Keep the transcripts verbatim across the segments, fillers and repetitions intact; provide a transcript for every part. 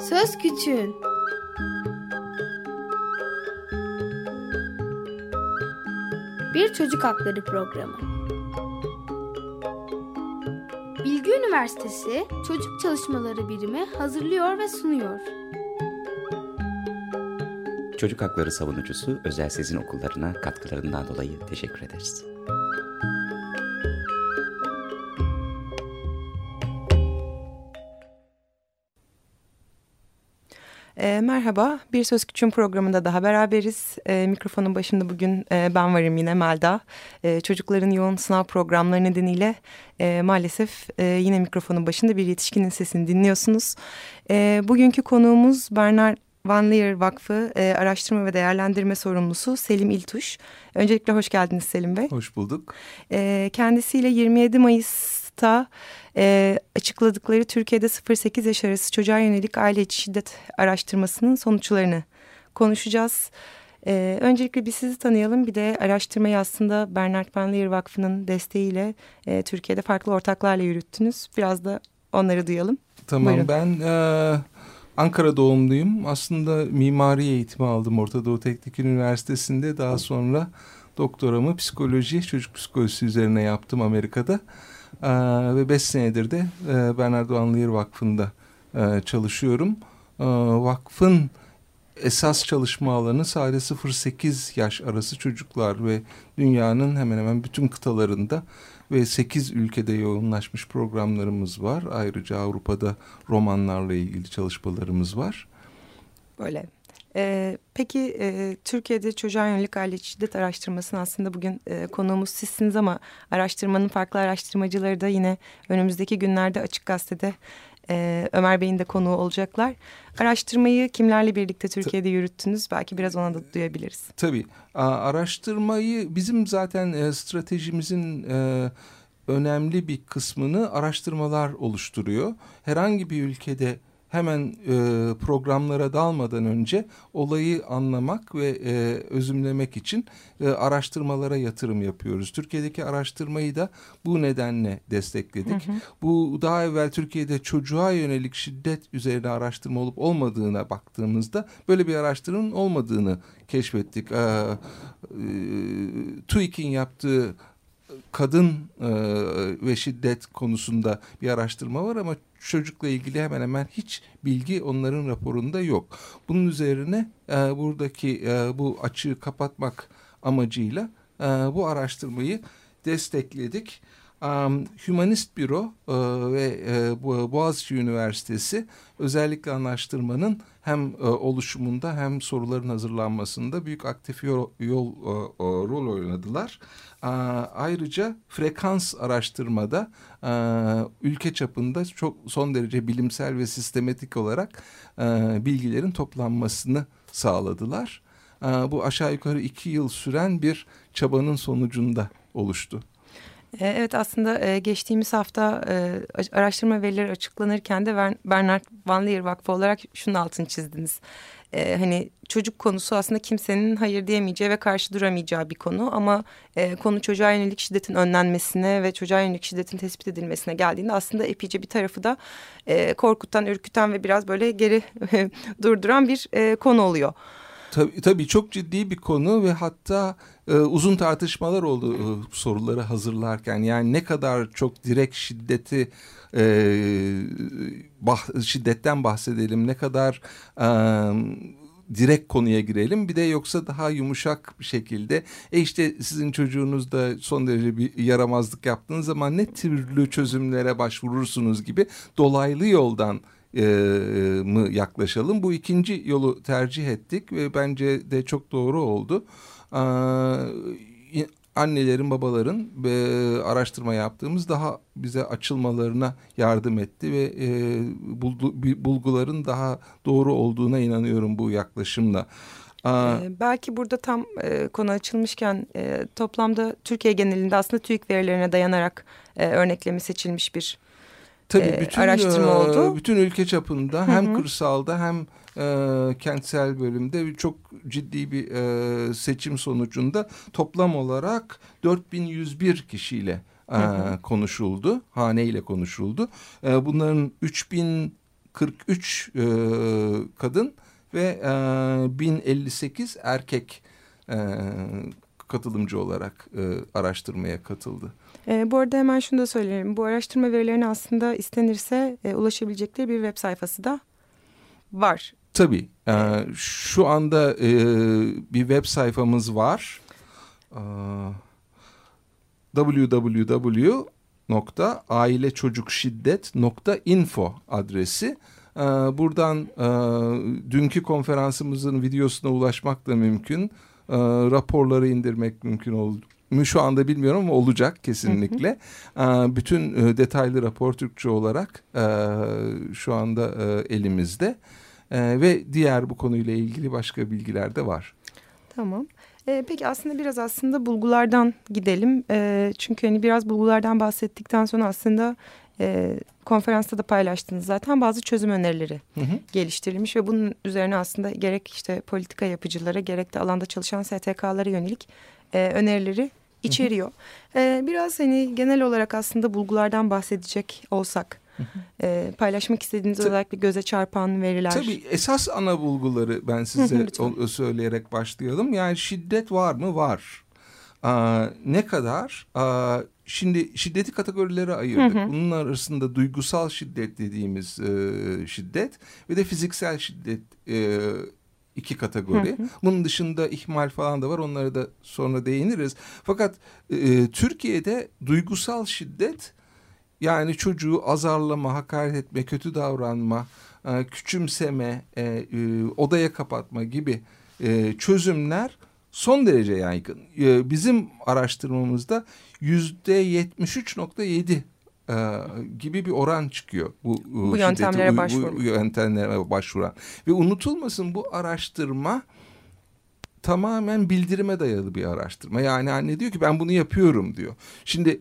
Söz Küçüğün. Bir çocuk hakları programı. Bilgi Üniversitesi Çocuk Çalışmaları Birimi hazırlıyor ve sunuyor. Çocuk hakları savunucusu Özel Sezin Okullarına katkılarından dolayı teşekkür ederiz. E, merhaba, Bir Söz Küçüğün programında daha beraberiz. E, mikrofonun başında bugün e, ben varım yine Melda. E, çocukların yoğun sınav programları nedeniyle e, maalesef e, yine mikrofonun başında bir yetişkinin sesini dinliyorsunuz. E, bugünkü konuğumuz Bernard Van Leer Vakfı e, Araştırma ve Değerlendirme Sorumlusu Selim İltuş. Öncelikle hoş geldiniz Selim Bey. Hoş bulduk. E, kendisiyle yirmi yedi Mayıs'ta e, açıkladıkları Türkiye'de sıfır sekiz yaş arası çocuğa yönelik aile içi şiddet araştırmasının sonuçlarını konuşacağız. E, öncelikle bir sizi tanıyalım, bir de araştırmayı aslında Bernard Van Leer Vakfı'nın desteğiyle e, Türkiye'de farklı ortaklarla yürüttünüz. Biraz da onları duyalım. Tamam. Buyurun. Ben e, Ankara doğumluyum. Aslında mimari eğitimi aldım Orta Doğu Teknik Üniversitesi'nde. Daha sonra doktoramı psikoloji, çocuk psikolojisi üzerine yaptım Amerika'da. Ee, ve beş senedir de e, Bernard Van Leer Vakfı'nda e, çalışıyorum. E, vakfın esas çalışma alanı sadece sıfır sekiz yaş arası çocuklar ve dünyanın hemen hemen bütün kıtalarında ve sekiz ülkede yoğunlaşmış programlarımız var. Ayrıca Avrupa'da romanlarla ilgili çalışmalarımız var. Böyle. Ee, peki e, Türkiye'de çocuğa yönelik aile içi şiddet araştırmasının aslında bugün e, konuğumuz sizsiniz ama araştırmanın farklı araştırmacıları da yine önümüzdeki günlerde Açık Gazete'de e, Ömer Bey'in de konuğu olacaklar. Araştırmayı kimlerle birlikte Türkiye'de yürüttünüz? Belki biraz ona da duyabiliriz. Tabii. Araştırmayı bizim zaten e, stratejimizin e, önemli bir kısmını araştırmalar oluşturuyor. Herhangi bir ülkede hemen e, programlara dalmadan önce olayı anlamak ve e, özümlemek için e, araştırmalara yatırım yapıyoruz. Türkiye'deki araştırmayı da bu nedenle destekledik. Hı hı. Bu daha evvel Türkiye'de çocuğa yönelik şiddet üzerine araştırma olup olmadığına baktığımızda böyle bir araştırmanın olmadığını keşfettik. E, e, TÜİK'in yaptığı kadın e, ve şiddet konusunda bir araştırma var ama çocukla ilgili hemen hemen hiç bilgi onların raporunda yok. Bunun üzerine e, buradaki e, bu açığı kapatmak amacıyla e, bu araştırmayı destekledik. Um, Humanist Büro e, ve e, Boğaziçi Üniversitesi özellikle araştırmanın hem e, oluşumunda hem soruların hazırlanmasında büyük aktif yol, yol e, e, rol oynadılar. E, ayrıca frekans araştırmada e, ülke çapında çok son derece bilimsel ve sistematik olarak e, bilgilerin toplanmasını sağladılar. E, bu aşağı yukarı iki yıl süren bir çabanın sonucunda oluştu. Evet, aslında geçtiğimiz hafta araştırma verileri açıklanırken de Bernard Van Leer Vakfı olarak şunun altını çizdiniz. Hani çocuk konusu aslında kimsenin hayır diyemeyeceği ve karşı duramayacağı bir konu ama konu çocuğa yönelik şiddetin önlenmesine ve çocuğa yönelik şiddetin tespit edilmesine geldiğinde aslında epeyce bir tarafı da korkutan, ürküten ve biraz böyle geri durduran bir konu oluyor. Tabii, tabii çok ciddi bir konu ve hatta e, uzun tartışmalar oldu e, soruları hazırlarken. Yani ne kadar çok direkt şiddeti e, bah, şiddetten bahsedelim, ne kadar e, direkt konuya girelim, bir de yoksa daha yumuşak bir şekilde e işte sizin çocuğunuz da son derece bir yaramazlık yaptığınız zaman ne türlü çözümlere başvurursunuz gibi dolaylı yoldan mı yaklaşalım. Bu ikinci yolu tercih ettik ve bence de çok doğru oldu. Ee, annelerin, babaların e, araştırma yaptığımız daha bize açılmalarına yardım etti ve e, buldu, bulguların daha doğru olduğuna inanıyorum bu yaklaşımla. Ee, belki burada tam e, konu açılmışken e, toplamda Türkiye genelinde aslında TÜİK verilerine dayanarak e, örneklemi seçilmiş bir Tabii bütün, araştırma e, oldu. Bütün ülke çapında hem hı hı. kırsalda hem e, kentsel bölümde çok ciddi bir e, seçim sonucunda toplam olarak dört bin yüz bir kişiyle e, hı hı. konuşuldu. Haneyle konuşuldu. E, bunların üç bin kırk üç e, kadın ve e, bin elli sekiz erkek e, katılımcı olarak e, araştırmaya katıldı. E, bu arada hemen şunu da söyleyelim. Bu araştırma verilerine aslında istenirse e, ulaşabilecekleri bir web sayfası da var. Tabii. E, şu anda e, bir web sayfamız var. E, double-u double-u double-u nokta aile çocuk şiddet nokta info adresi. E, buradan e, dünkü konferansımızın videosuna ulaşmak da mümkün. E, raporları indirmek mümkün oldu. Şu anda bilmiyorum ama olacak kesinlikle. Hı hı. Bütün detaylı rapor Türkçe olarak şu anda elimizde ve diğer bu konuyla ilgili başka bilgiler de var. Tamam. Ee, peki aslında biraz aslında bulgulardan gidelim. Ee, çünkü hani biraz bulgulardan bahsettikten sonra aslında e, konferansta da paylaştınız zaten bazı çözüm önerileri hı hı. geliştirilmiş ve bunun üzerine aslında gerek işte politika yapıcılara gerek de alanda çalışan S T K'lara yönelik e, önerileri içeriyor. Hı hı. E, biraz hani genel olarak aslında bulgulardan bahsedecek olsak hı hı. E, paylaşmak istediğiniz Ta- özellikle göze çarpan veriler. Tabii esas ana bulguları ben size hı hı, söyleyerek başlayalım. Yani şiddet var mı? Var. Aa, ne kadar? Aa, şimdi şiddeti kategorilere ayırdık. Hı hı. Bunun arasında duygusal şiddet dediğimiz e, şiddet ve de fiziksel şiddet e, iki kategori. Hı hı. Bunun dışında ihmal falan da var. Onlara da sonra değiniriz. Fakat e, Türkiye'de duygusal şiddet yani çocuğu azarlama, hakaret etme, kötü davranma, e, küçümseme, e, e, odaya kapatma gibi e, çözümler son derece yaygın. E, bizim araştırmamızda yüzde yetmiş üç nokta yedi e, gibi bir oran çıkıyor. Bu, bu yöntemlere bu, başvuran. Bu yöntemlere başvuran. Ve unutulmasın bu araştırma tamamen bildirime dayalı bir araştırma. Yani anne diyor ki ben bunu yapıyorum diyor. Şimdi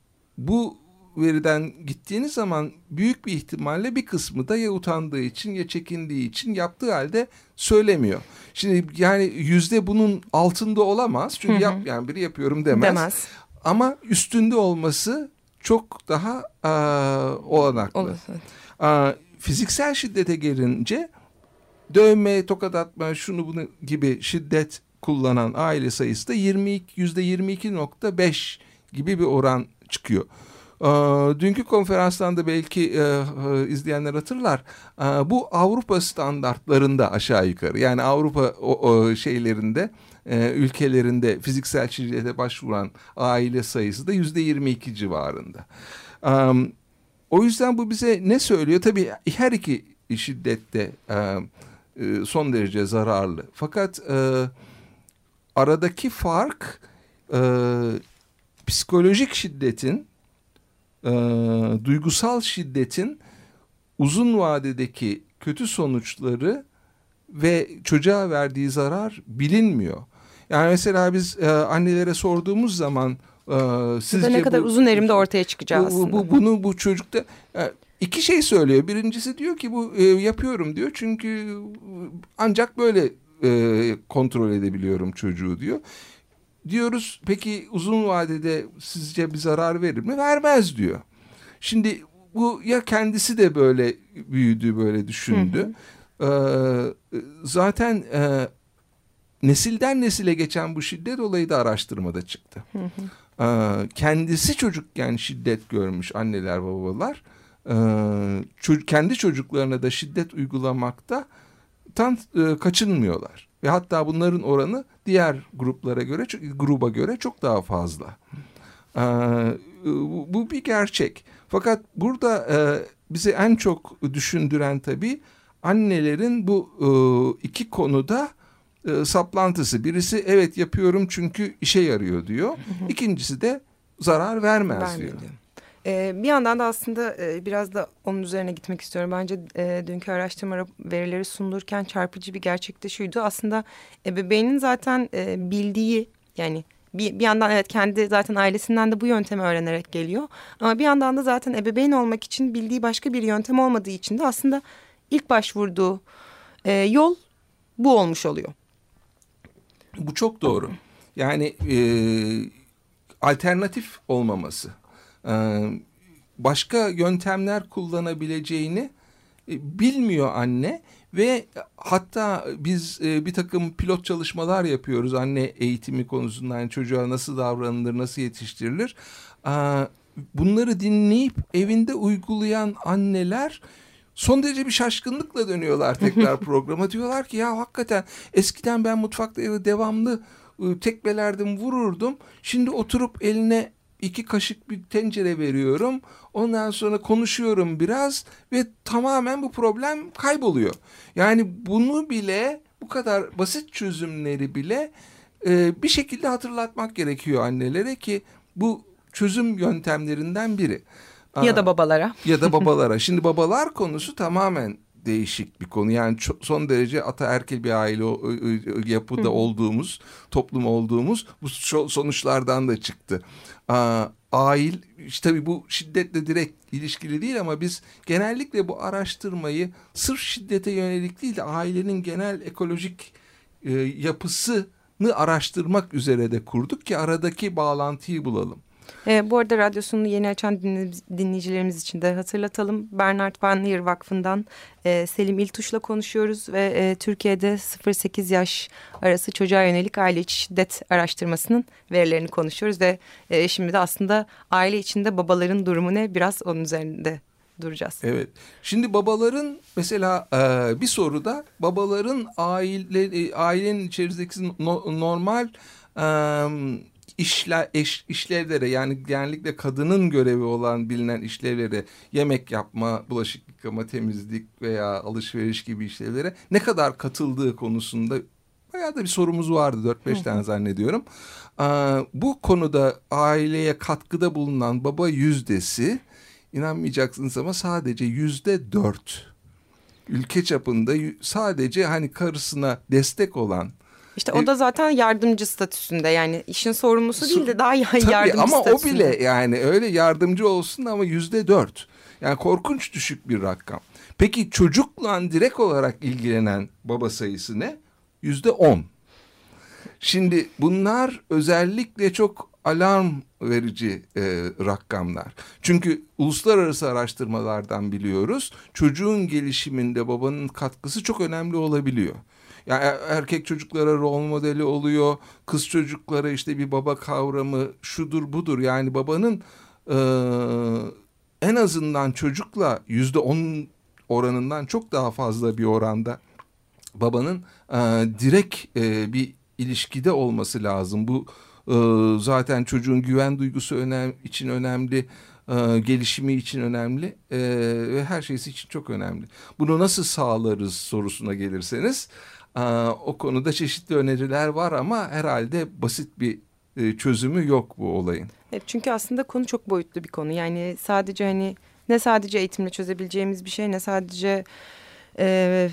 bu veriden gittiğiniz zaman büyük bir ihtimalle bir kısmı da ya utandığı için ya çekindiği için yaptığı halde söylemiyor. Şimdi yani yüzde bunun altında olamaz. Çünkü hı hı. yap yani biri yapıyorum demez. demez. Ama üstünde olması çok daha a, olanaklı. Olur, evet. a, fiziksel şiddete gelince dövme, tokat atma, şunu bunu gibi şiddet kullanan aile sayısı da yüzde yirmi iki nokta beş gibi bir oran çıkıyor. Dünkü konferanstan da belki e, izleyenler hatırlar. E, bu Avrupa standartlarında aşağı yukarı. Yani Avrupa o, o şeylerinde, e, ülkelerinde fiziksel şiddete başvuran aile sayısı da yüzde yirmi iki civarında. E, o yüzden bu bize ne söylüyor? Tabii her iki şiddette e, e, son derece zararlı. Fakat e, aradaki fark e, psikolojik şiddetin E, duygusal şiddetin uzun vadedeki kötü sonuçları ve çocuğa verdiği zarar bilinmiyor. Yani mesela biz e, annelere sorduğumuz zaman e, sizce ne kadar bu, uzun erimde ortaya çıkacağı bu, aslında. Bu, bunu bu çocukta e, iki şey söylüyor. Birincisi diyor ki bu e, yapıyorum diyor çünkü ancak böyle e, kontrol edebiliyorum çocuğu diyor. Diyoruz peki uzun vadede sizce bir zarar verir mi? Vermez diyor. Şimdi bu ya kendisi de böyle büyüdü, böyle düşündü. Hı hı. Ee, zaten e, nesilden nesile geçen bu şiddet olayı da araştırmada çıktı. Hı hı. Ee, kendisi çocukken şiddet görmüş anneler babalar. Ee, ço- kendi çocuklarına da şiddet uygulamakta tam e, kaçınmıyorlar. Ve hatta bunların oranı diğer gruplara göre, gruba göre çok daha fazla. Ee, bu, bu bir gerçek. Fakat burada e, bizi en çok düşündüren tabii annelerin bu e, iki konuda e, saplantısı. Birisi evet yapıyorum çünkü işe yarıyor diyor. Hı hı. İkincisi de zarar vermez Vermiyor diyor. diyor. Ee, bir yandan da aslında e, biraz da onun üzerine gitmek istiyorum. Bence e, dünkü araştırma verileri sunulurken çarpıcı bir gerçek de şuydu. Aslında ebeveynin zaten e, bildiği yani bir, bir yandan evet kendi zaten ailesinden de bu yöntemi öğrenerek geliyor. Ama bir yandan da zaten ebeveyn olmak için bildiği başka bir yöntem olmadığı için de aslında ilk başvurduğu e, yol bu olmuş oluyor. Bu çok doğru. Yani e, alternatif olmaması. Başka yöntemler kullanabileceğini e, bilmiyor anne ve hatta biz e, bir takım pilot çalışmalar yapıyoruz anne eğitimi konusunda, yani çocuğa nasıl davranılır, nasıl yetiştirilir. Aa, bunları dinleyip evinde uygulayan anneler son derece bir şaşkınlıkla dönüyorlar tekrar programa. Diyorlar ki ya hakikaten eskiden ben mutfakta devamlı ıı, tekmelerdim, vururdum. Şimdi oturup eline iki kaşık bir tencere veriyorum. Ondan sonra konuşuyorum biraz ve tamamen bu problem kayboluyor. Yani bunu bile, bu kadar basit çözümleri bile e, bir şekilde hatırlatmak gerekiyor annelere ki bu çözüm yöntemlerinden biri. Ya da babalara. Ya da babalara. Şimdi babalar konusu tamamen değişik bir konu. Yani son derece ataerkil bir aile yapıda olduğumuz, toplum olduğumuz bu sonuçlardan da çıktı. Aile, işte tabii bu şiddetle direkt ilişkili değil ama biz genellikle bu araştırmayı sırf şiddete yönelik değil de ailenin genel ekolojik e, yapısını araştırmak üzere de kurduk ki aradaki bağlantıyı bulalım. E, bu arada radyosunu yeni açan dinleyicilerimiz için de hatırlatalım. Bernard Van Leer Vakfı'ndan e, Selim İltuş'la konuşuyoruz ve e, Türkiye'de sıfır sekiz yaş arası çocuğa yönelik aile içi şiddet araştırmasının verilerini konuşuyoruz. Ve e, şimdi de aslında aile içinde babaların durumu ne, biraz onun üzerinde duracağız. Evet. Şimdi babaların mesela e, bir soruda babaların aile ailenin içerisindeki no, normal e, işler iş, işlevlere, yani genellikle kadının görevi olan bilinen işlevlere, yemek yapma, bulaşık yıkama, temizlik veya alışveriş gibi işlevlere ne kadar katıldığı konusunda bayağı da bir sorumuz vardı, dört beş tane zannediyorum. E, bu konuda aileye katkıda bulunan baba yüzdesi, İnanmayacaksınız ama sadece yüzde dört. Ülke çapında sadece hani karısına destek olan. İşte o da zaten yardımcı statüsünde, yani işin sorumlusu değil de daha yardımcı tabii, ama statüsünde. o bile yani öyle yardımcı olsun ama yüzde dört. Yani korkunç düşük bir rakam. Peki çocukla direkt olarak ilgilenen baba sayısı ne? Yüzde on. Şimdi bunlar özellikle çok alarm verici e, rakamlar. Çünkü uluslararası araştırmalardan biliyoruz, çocuğun gelişiminde babanın katkısı çok önemli olabiliyor. Yani erkek çocuklara rol modeli oluyor, kız çocuklara işte bir baba kavramı şudur budur. Yani babanın e, en azından çocukla yüzde on oranından çok daha fazla bir oranda babanın e, direkt e, bir ilişkide olması lazım. Bu e, zaten çocuğun güven duygusu önem, için önemli, e, gelişimi için önemli e, ve her şeysi için çok önemli. Bunu nasıl sağlarız sorusuna gelirseniz, e, o konuda çeşitli öneriler var ama herhalde basit bir e, çözümü yok bu olayın. Evet, çünkü aslında konu çok boyutlu bir konu. Yani sadece hani ne sadece eğitimle çözebileceğimiz bir şey, ne sadece E,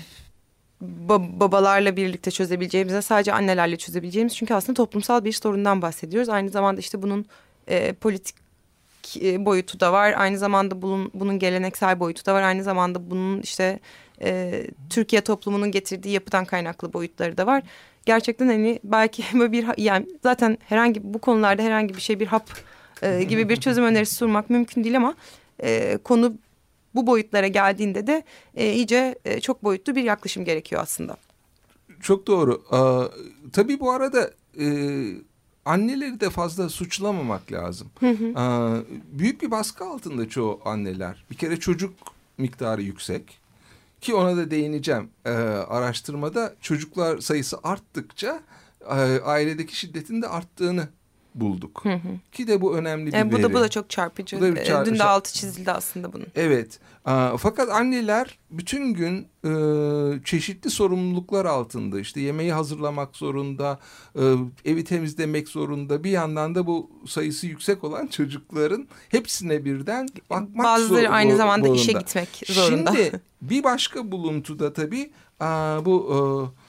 babalarla birlikte çözebileceğimiz, sadece annelerle çözebileceğimiz. Çünkü aslında toplumsal bir sorundan bahsediyoruz. Aynı zamanda işte bunun e, politik e, boyutu da var. Aynı zamanda bunun, bunun geleneksel boyutu da var. Aynı zamanda bunun işte e, Türkiye toplumunun getirdiği yapıdan kaynaklı boyutları da var. Gerçekten hani belki böyle bir, yani zaten herhangi bu konularda herhangi bir şey, bir hap e, gibi bir çözüm önerisi sunmak mümkün değil ama e, konu bu boyutlara geldiğinde de e, iyice e, çok boyutlu bir yaklaşım gerekiyor aslında. Çok doğru. Ee, tabii bu arada e, anneleri de fazla suçlamamak lazım. Hı hı. Ee, büyük bir baskı altında çoğu anneler. Bir kere çocuk miktarı yüksek. Ki ona da değineceğim. Ee, araştırmada çocuklar sayısı arttıkça e, ailedeki şiddetin de arttığını bulduk. Hı hı. Ki de bu önemli bir e, bu veri. Da, bu da çok çarpıcı. Da çar- Dün de altı çizildi aslında bunun. Evet. Aa, fakat anneler bütün gün e, çeşitli sorumluluklar altında. İşte yemeği hazırlamak zorunda, e, evi temizlemek zorunda. Bir yandan da bu sayısı yüksek olan çocukların hepsine birden bakmak zorunda. Bazıları aynı zamanda işe gitmek zorunda. Şimdi bir başka buluntuda tabii aa, bu e,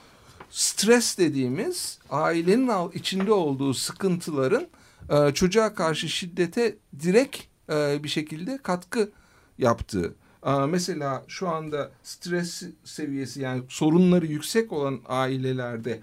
stres dediğimiz ailenin içinde olduğu sıkıntıların e, çocuğa karşı şiddete direkt e, bir şekilde katkı yaptığı. E, mesela şu anda stres seviyesi, yani sorunları yüksek olan ailelerde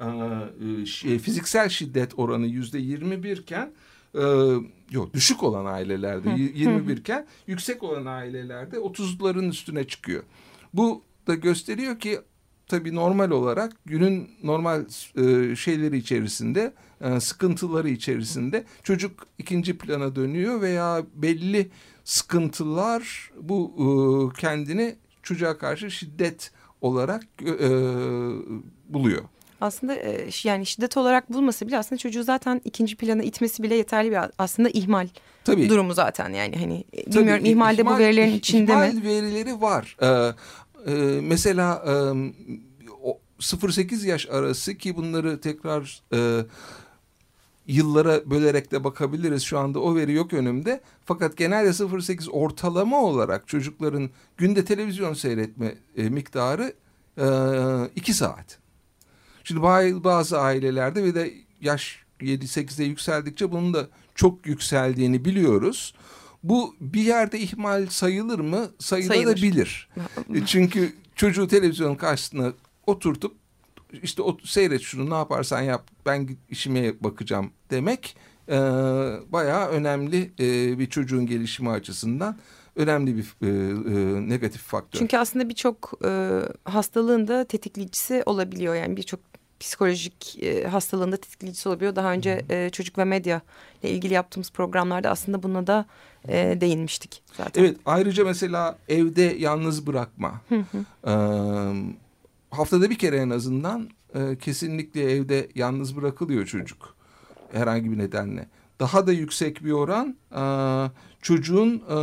e, fiziksel şiddet oranı yüzde yirmi bir iken, e, yok düşük olan ailelerde yirmi bir iken yüksek olan ailelerde otuzların üstüne çıkıyor. Bu da gösteriyor ki tabii normal olarak günün normal e, şeyleri içerisinde, e, sıkıntıları içerisinde çocuk ikinci plana dönüyor veya belli sıkıntılar bu e, kendini çocuğa karşı şiddet olarak e, buluyor. Aslında e, yani şiddet olarak bulması bile aslında çocuğu zaten ikinci plana itmesi bile yeterli bir aslında ihmal Tabii. durumu zaten yani hani Tabii, bilmiyorum ihmalde ihmal, bu verilerin içinde ihmal mi? İhmal verileri var. Ee, e, mesela e, sıfır sekiz yaş arası ki bunları tekrar e, yıllara bölerek de bakabiliriz. Şu anda o veri yok önümde. Fakat genelde sıfır sekiz ortalama olarak çocukların günde televizyon seyretme e, miktarı e, iki saat. Şimdi bazı ailelerde ve de yaş yedi sekize yükseldikçe bunun da çok yükseldiğini biliyoruz. Bu bir yerde ihmal sayılır mı? Sayılabilir. Çünkü çocuğu televizyonun karşısına oturtup işte o, seyret şunu, ne yaparsan yap, ben işime bakacağım demek e, bayağı önemli e, bir çocuğun gelişimi açısından. Önemli bir e, e, negatif faktör. Çünkü aslında birçok e, hastalığın da tetikleyicisi olabiliyor. Yani birçok psikolojik e, hastalığın da tetikleyicisi olabiliyor. Daha önce e, çocuk ve medya ile ilgili yaptığımız programlarda aslında buna da e, değinmiştik zaten. Evet, ayrıca mesela evde yalnız bırakma. Hı hı. E, haftada bir kere en azından e, kesinlikle evde yalnız bırakılıyor çocuk. Herhangi bir nedenle. Daha da yüksek bir oran e, çocuğun e,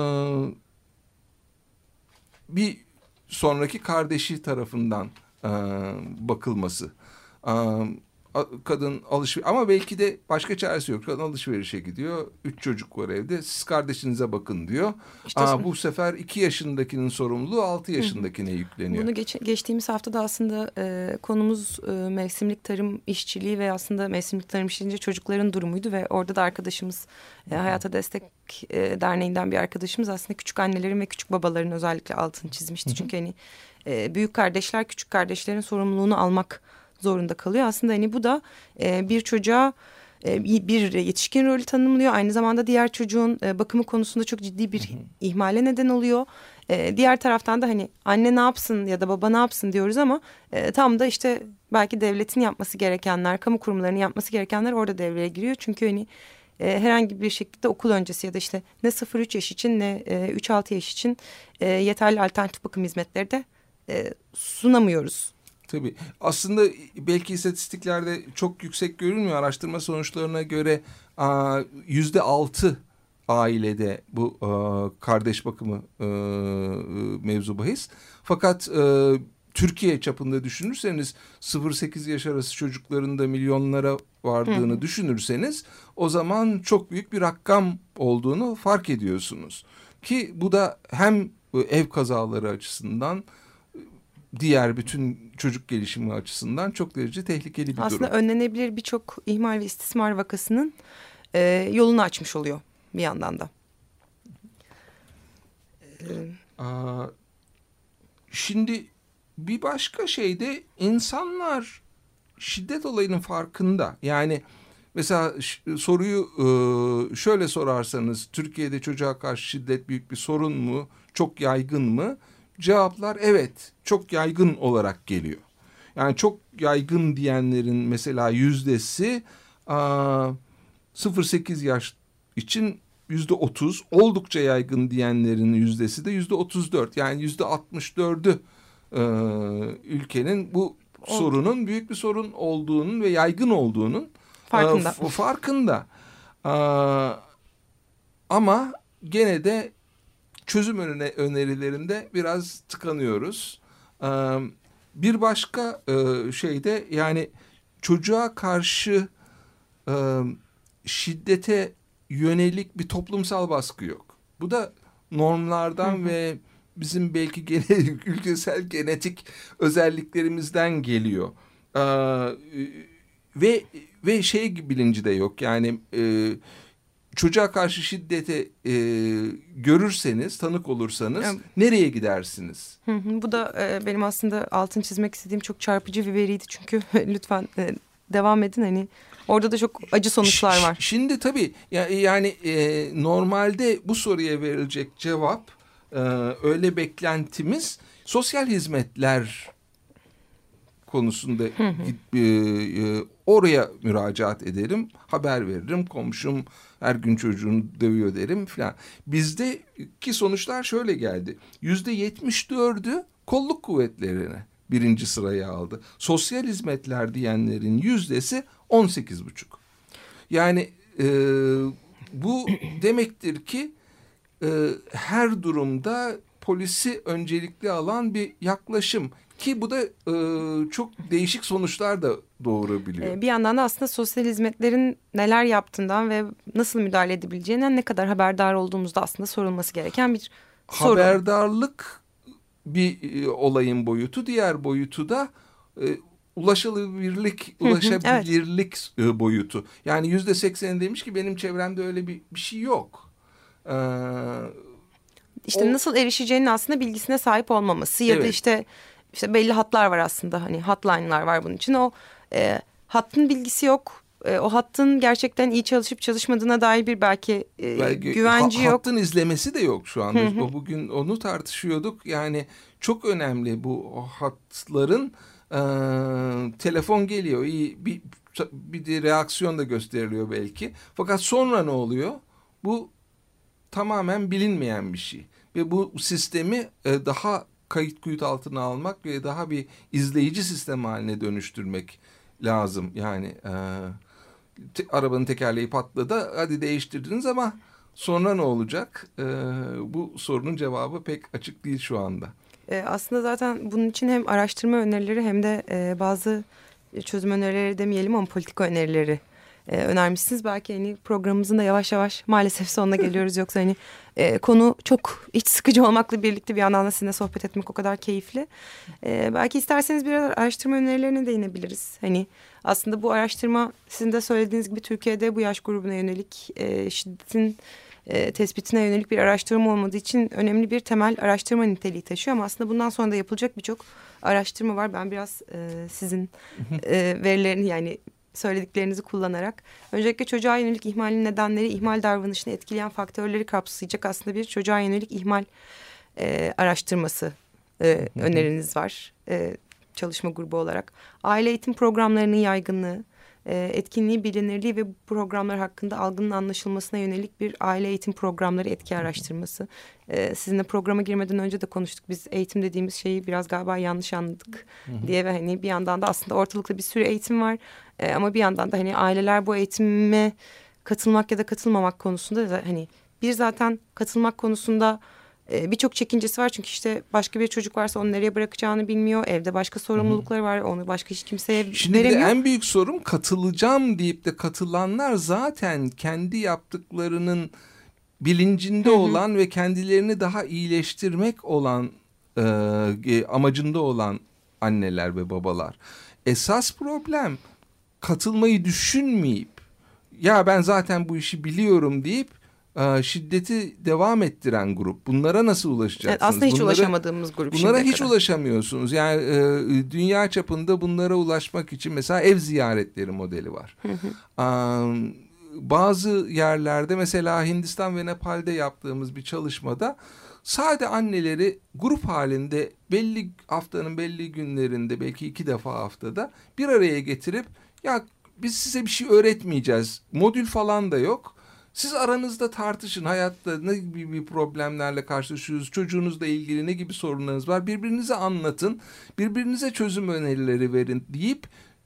bir sonraki kardeşi tarafından e, bakılması. E, kadın alışveriş ama belki de başka çaresi yok. Kadın alışverişe gidiyor. Üç çocuk var evde. Siz kardeşinize bakın diyor. İşte Aa, bu sefer iki yaşındakinin sorumluluğu altı yaşındakine yükleniyor. Bunu geç, geçtiğimiz haftada aslında e, konumuz e, mevsimlik tarım işçiliği ve aslında mevsimlik tarım işçiliğince çocukların durumuydu ve orada da arkadaşımız e, Hayata Destek e, Derneği'nden bir arkadaşımız aslında küçük annelerin ve küçük babaların özellikle altını çizmişti. Hı hı. Çünkü hani e, büyük kardeşler küçük kardeşlerin sorumluluğunu almak zorunda kalıyor. Aslında hani bu da e, bir çocuğa e, bir yetişkin rolü tanımlıyor. Aynı zamanda diğer çocuğun e, bakımı konusunda çok ciddi bir hı hı. ihmale neden oluyor. E, diğer taraftan da hani anne ne yapsın ya da baba ne yapsın diyoruz ama e, tam da işte belki devletin yapması gerekenler, kamu kurumlarının yapması gerekenler orada devreye giriyor. Çünkü hani e, herhangi bir şekilde okul öncesi ya da işte ne sıfır üç yaş için ne e, üç altı yaş için e, yeterli alternatif bakım hizmetleri de e, sunamıyoruz. Tabii. Aslında belki istatistiklerde çok yüksek görünmüyor. Araştırma sonuçlarına göre yüzde altı ailede bu kardeş bakımı mevzu bahis. Fakat Türkiye çapında düşünürseniz sıfır sekiz yaş arası çocukların da milyonlara vardığını Hı. düşünürseniz o zaman çok büyük bir rakam olduğunu fark ediyorsunuz. Ki bu da hem ev kazaları açısından diğer bütün çocuk gelişimi açısından çok derece tehlikeli bir Aslında durum. Aslında önlenebilir birçok ihmal ve istismar vakasının e, yolunu açmış oluyor bir yandan da. Ee, Aa, şimdi bir başka şey de insanlar şiddet olayının farkında. Yani mesela soruyu e, şöyle sorarsanız Türkiye'de çocuğa karşı şiddet büyük bir sorun mu? Çok yaygın mı? Cevaplar evet, çok yaygın olarak geliyor. Yani çok yaygın diyenlerin mesela yüzdesi sıfır sekiz yaş için yüzde otuz, oldukça yaygın diyenlerin yüzdesi de yüzde otuz dört. Yani yüzde altmış dördü ülkenin bu Oldu. sorunun büyük bir sorun olduğunun ve yaygın olduğunun farkında. E, farkında. E, ama gene de çözüm önerilerinde biraz tıkanıyoruz. Bir başka şey de yani çocuğa karşı şiddete yönelik bir toplumsal baskı yok. Bu da normlardan hı hı. ve bizim belki gene, ülkesel genetik özelliklerimizden geliyor. Ve ve şey bilinci de yok. Yani çocuğa karşı şiddete e, görürseniz, tanık olursanız evet. nereye gidersiniz? Hı hı, bu da e, benim aslında altını çizmek istediğim çok çarpıcı bir veriydi. Çünkü lütfen e, devam edin. Hani orada da çok acı sonuçlar var. Şimdi tabii yani e, normalde bu soruya verilecek cevap e, öyle beklentimiz Sosyal hizmetler konusunda e, e, oraya müracaat ederim, haber veririm, komşum her gün çocuğunu dövüyor derim filan. Bizdeki sonuçlar şöyle geldi. Yüzde yetmiş dördü kolluk kuvvetlerine birinci sırayı aldı. Sosyal hizmetler diyenlerin yüzdesi on sekiz buçuk. Yani e, bu demektir ki e, her durumda polisi öncelikli alan bir yaklaşım. Ki bu da e, çok değişik sonuçlar da doğurabiliyor. Bir yandan da aslında sosyal hizmetlerin neler yaptığından ve nasıl müdahale edebileceğinden ne kadar haberdar olduğumuzda aslında sorulması gereken bir sorun. Haberdarlık bir e, olayın boyutu, diğer boyutu da e, ulaşılabilirlik, ulaşabilirlik evet. e, boyutu. Yani yüzde seksen demiş ki benim çevremde öyle bir, bir şey yok. Ee, işte o, nasıl erişeceğinin aslında bilgisine sahip olmaması ya evet. da işte işte belli hatlar var aslında, hani hotline'lar var bunun için. O e, hattın bilgisi yok. E, o hattın gerçekten iyi çalışıp çalışmadığına dair bir belki, e, belki güvenci ha, yok. Hattın izlemesi de yok şu anda. Hı hı. Bugün onu tartışıyorduk. Yani çok önemli bu o hatların e, telefon geliyor. İyi bir bir de reaksiyon da gösteriliyor belki. Fakat sonra ne oluyor? Bu tamamen bilinmeyen bir şey. Ve bu sistemi e, daha kayıt kuyut altına almak ve daha bir izleyici sistem haline dönüştürmek lazım. Yani e, te, arabanın tekerleği patladı, hadi değiştirdiniz ama sonra ne olacak? E, bu sorunun cevabı pek açık değil şu anda. E, aslında zaten bunun için hem araştırma önerileri hem de e, bazı çözüm önerileri demeyelim ama politika önerileri e, önermişsiniz. Belki hani programımızın da yavaş yavaş maalesef sonuna geliyoruz. Yoksa hani e, konu çok iç sıkıcı olmakla birlikte bir yandan da sizinle sohbet etmek o kadar keyifli. E, belki isterseniz biraz araştırma önerilerine değinebiliriz. Hani aslında bu araştırma sizin de söylediğiniz gibi Türkiye'de bu yaş grubuna yönelik e, şiddetin e, tespitine yönelik bir araştırma olmadığı için önemli bir temel araştırma niteliği taşıyor. Ama aslında bundan sonra da yapılacak birçok araştırma var. Ben biraz e, sizin e, verilerini yani söylediklerinizi kullanarak öncelikle çocuğa yönelik ihmalin nedenleri, ihmal davranışını etkileyen faktörleri kapsayacak aslında bir çocuğa yönelik ihmal e, araştırması e, öneriniz var e, çalışma grubu olarak. Aile eğitim programlarının yaygınlığı, e, etkinliği, bilinirliği ve bu programlar hakkında algının anlaşılmasına yönelik bir aile eğitim programları etki araştırması. E, sizinle programa girmeden önce de konuştuk. Biz eğitim dediğimiz şeyi biraz galiba yanlış anladık hı hı. diye ve hani bir yandan da aslında ortalıkta bir sürü eğitim var. E, ama bir yandan da hani aileler bu eğitime katılmak ya da katılmamak konusunda da hani bir zaten katılmak konusunda e, birçok çekincesi var. Çünkü işte başka bir çocuk varsa onu nereye bırakacağını bilmiyor. Evde başka sorumlulukları var. Onu başka hiç kimseye Şimdi veremiyor. Şimdi en büyük sorun katılacağım deyip de katılanlar zaten kendi yaptıklarının bilincinde hı hı. olan ve kendilerini daha iyileştirmek olan e, amacında olan anneler ve babalar. Esas problem katılmayı düşünmeyip ya ben zaten bu işi biliyorum deyip e, şiddeti devam ettiren grup. Bunlara nasıl ulaşacaksınız? Evet, aslında hiç bunlara, ulaşamadığımız grup. Bunlara hiç kadar. ulaşamıyorsunuz. Yani e, dünya çapında bunlara ulaşmak için mesela ev ziyaretleri modeli var. Hı hı. Um, bazı yerlerde mesela Hindistan ve Nepal'de yaptığımız bir çalışmada sade anneleri grup halinde belli haftanın belli günlerinde belki iki defa haftada bir araya getirip ya biz size bir şey öğretmeyeceğiz. Modül falan da yok. Siz aranızda tartışın. Hayatta ne gibi bir problemlerle karşılaşıyorsunuz? Çocuğunuzla ilgili ne gibi sorunlarınız var? Birbirinize anlatın. Birbirinize çözüm önerileri verin deyip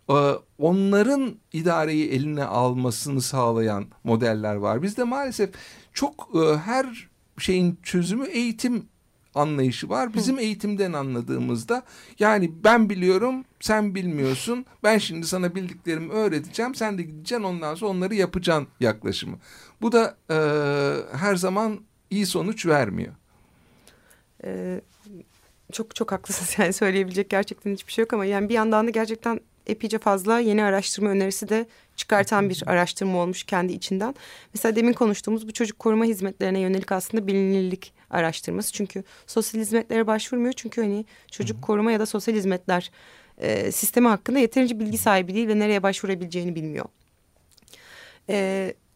onların idareyi eline almasını sağlayan modeller var. Bizde maalesef çok her şeyin çözümü eğitim anlayışı var. Bizim Hı. eğitimden anladığımızda yani ben biliyorum sen bilmiyorsun. Ben şimdi sana bildiklerimi öğreteceğim. Sen de gideceksin ondan sonra onları yapacaksın yaklaşımı. Bu da e, her zaman iyi sonuç vermiyor. Ee, çok çok haklısınız yani söyleyebilecek gerçekten hiçbir şey yok ama yani bir yandan da gerçekten epeyce fazla yeni araştırma önerisi de çıkartan bir araştırma olmuş kendi içinden. Mesela demin konuştuğumuz bu çocuk koruma hizmetlerine yönelik aslında bilinirlik araştırması. Çünkü sosyal hizmetlere başvurmuyor. Çünkü hani çocuk Hı-hı. koruma ya da sosyal hizmetler e, sistemi hakkında yeterince bilgi sahibi değil ve nereye başvurabileceğini bilmiyor. E,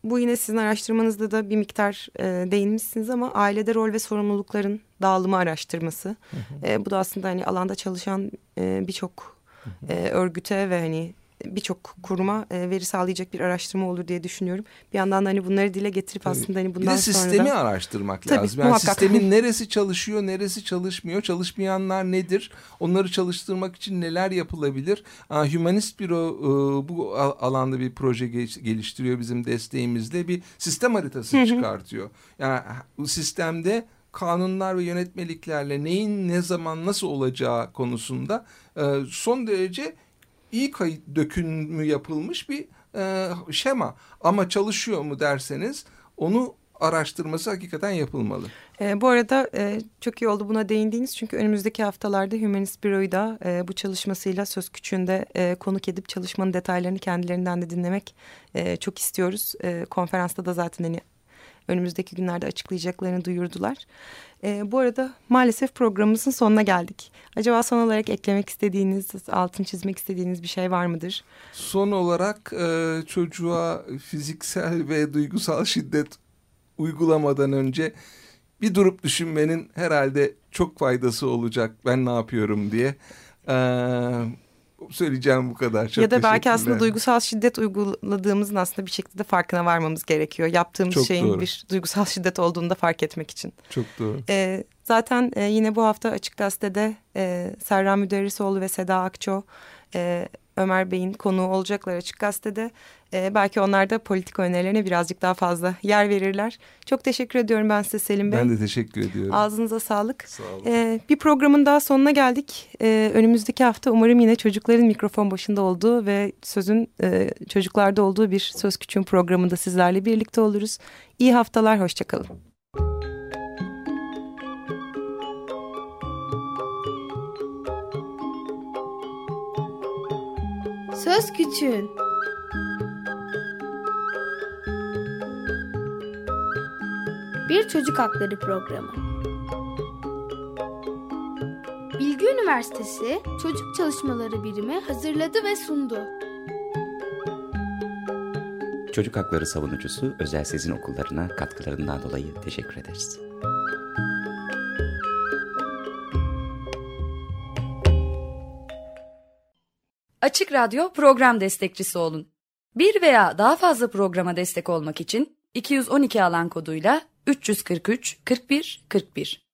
bu yine sizin araştırmanızda da bir miktar e, değinmişsiniz ama ailede rol ve sorumlulukların dağılımı araştırması. Hı hı. E, bu da aslında hani alanda çalışan e, birçok e, örgüte ve hani birçok kuruma e, veri sağlayacak bir araştırma olur diye düşünüyorum. Bir yandan da hani bunları dile getirip Tabii. aslında hani bundan sonra da... Bir de sistemi araştırmak Tabii, lazım. Yani muhakkak. Sistemin neresi çalışıyor, neresi çalışmıyor, çalışmayanlar nedir? Onları çalıştırmak için neler yapılabilir? Humanist Büro e, bu alanda bir proje geliştiriyor bizim desteğimizle. Bir sistem haritası Hı-hı. çıkartıyor. Yani bu sistemde kanunlar ve yönetmeliklerle neyin ne zaman nasıl olacağı konusunda e, son derece iyi kayıt dökümü yapılmış bir e, şema. Ama çalışıyor mu derseniz onu araştırması hakikaten yapılmalı. E, bu arada e, çok iyi oldu buna değindiğiniz çünkü önümüzdeki haftalarda Humanist Büro'yu da e, bu çalışmasıyla Söz Küçüğü'nde e, konuk edip çalışmanın detaylarını kendilerinden de dinlemek e, çok istiyoruz. E, konferansta da zaten hani önümüzdeki günlerde açıklayacaklarını duyurdular. E, bu arada maalesef programımızın sonuna geldik. Acaba son olarak eklemek istediğiniz, altını çizmek istediğiniz bir şey var mıdır? Son olarak e, çocuğa fiziksel ve duygusal şiddet uygulamadan önce bir durup düşünmenin herhalde çok faydası olacak. Ben ne yapıyorum diye. Eee... Söyleyeceğim bu kadar. Çok ya da belki aslında duygusal şiddet uyguladığımızın aslında bir şekilde farkına varmamız gerekiyor. Yaptığımız Çok şeyin doğru. bir duygusal şiddet olduğunu da fark etmek için. Çok doğru. Ee, zaten e, yine bu hafta Açık Gazete'de e, Serra Müderrisoğlu ve Seda Akço, e, Ömer Bey'in konuğu olacaklar Açık Gazete'de. E, belki onlar da politika önerilerine birazcık daha fazla yer verirler. Çok teşekkür ediyorum ben size Selim Bey. Ben de teşekkür ediyorum. Ağzınıza sağlık. Sağ olun. E, bir programın daha sonuna geldik. E, önümüzdeki hafta umarım yine çocukların mikrofon başında olduğu ve sözün e, çocuklarda olduğu bir Söz Küçüğün programında sizlerle birlikte oluruz. İyi haftalar, hoşçakalın. Söz Küçüğün. Bir çocuk hakları programı. Bilgi Üniversitesi Çocuk Çalışmaları Birimi hazırladı ve sundu. Çocuk hakları savunucusu Özel Sezin Okullarına katkılarından dolayı teşekkür ederiz. Açık Radyo program destekçisi olun. Bir veya daha fazla programa destek olmak için iki yüz on iki alan koduyla üç yüz kırk üç kırk bir kırk bir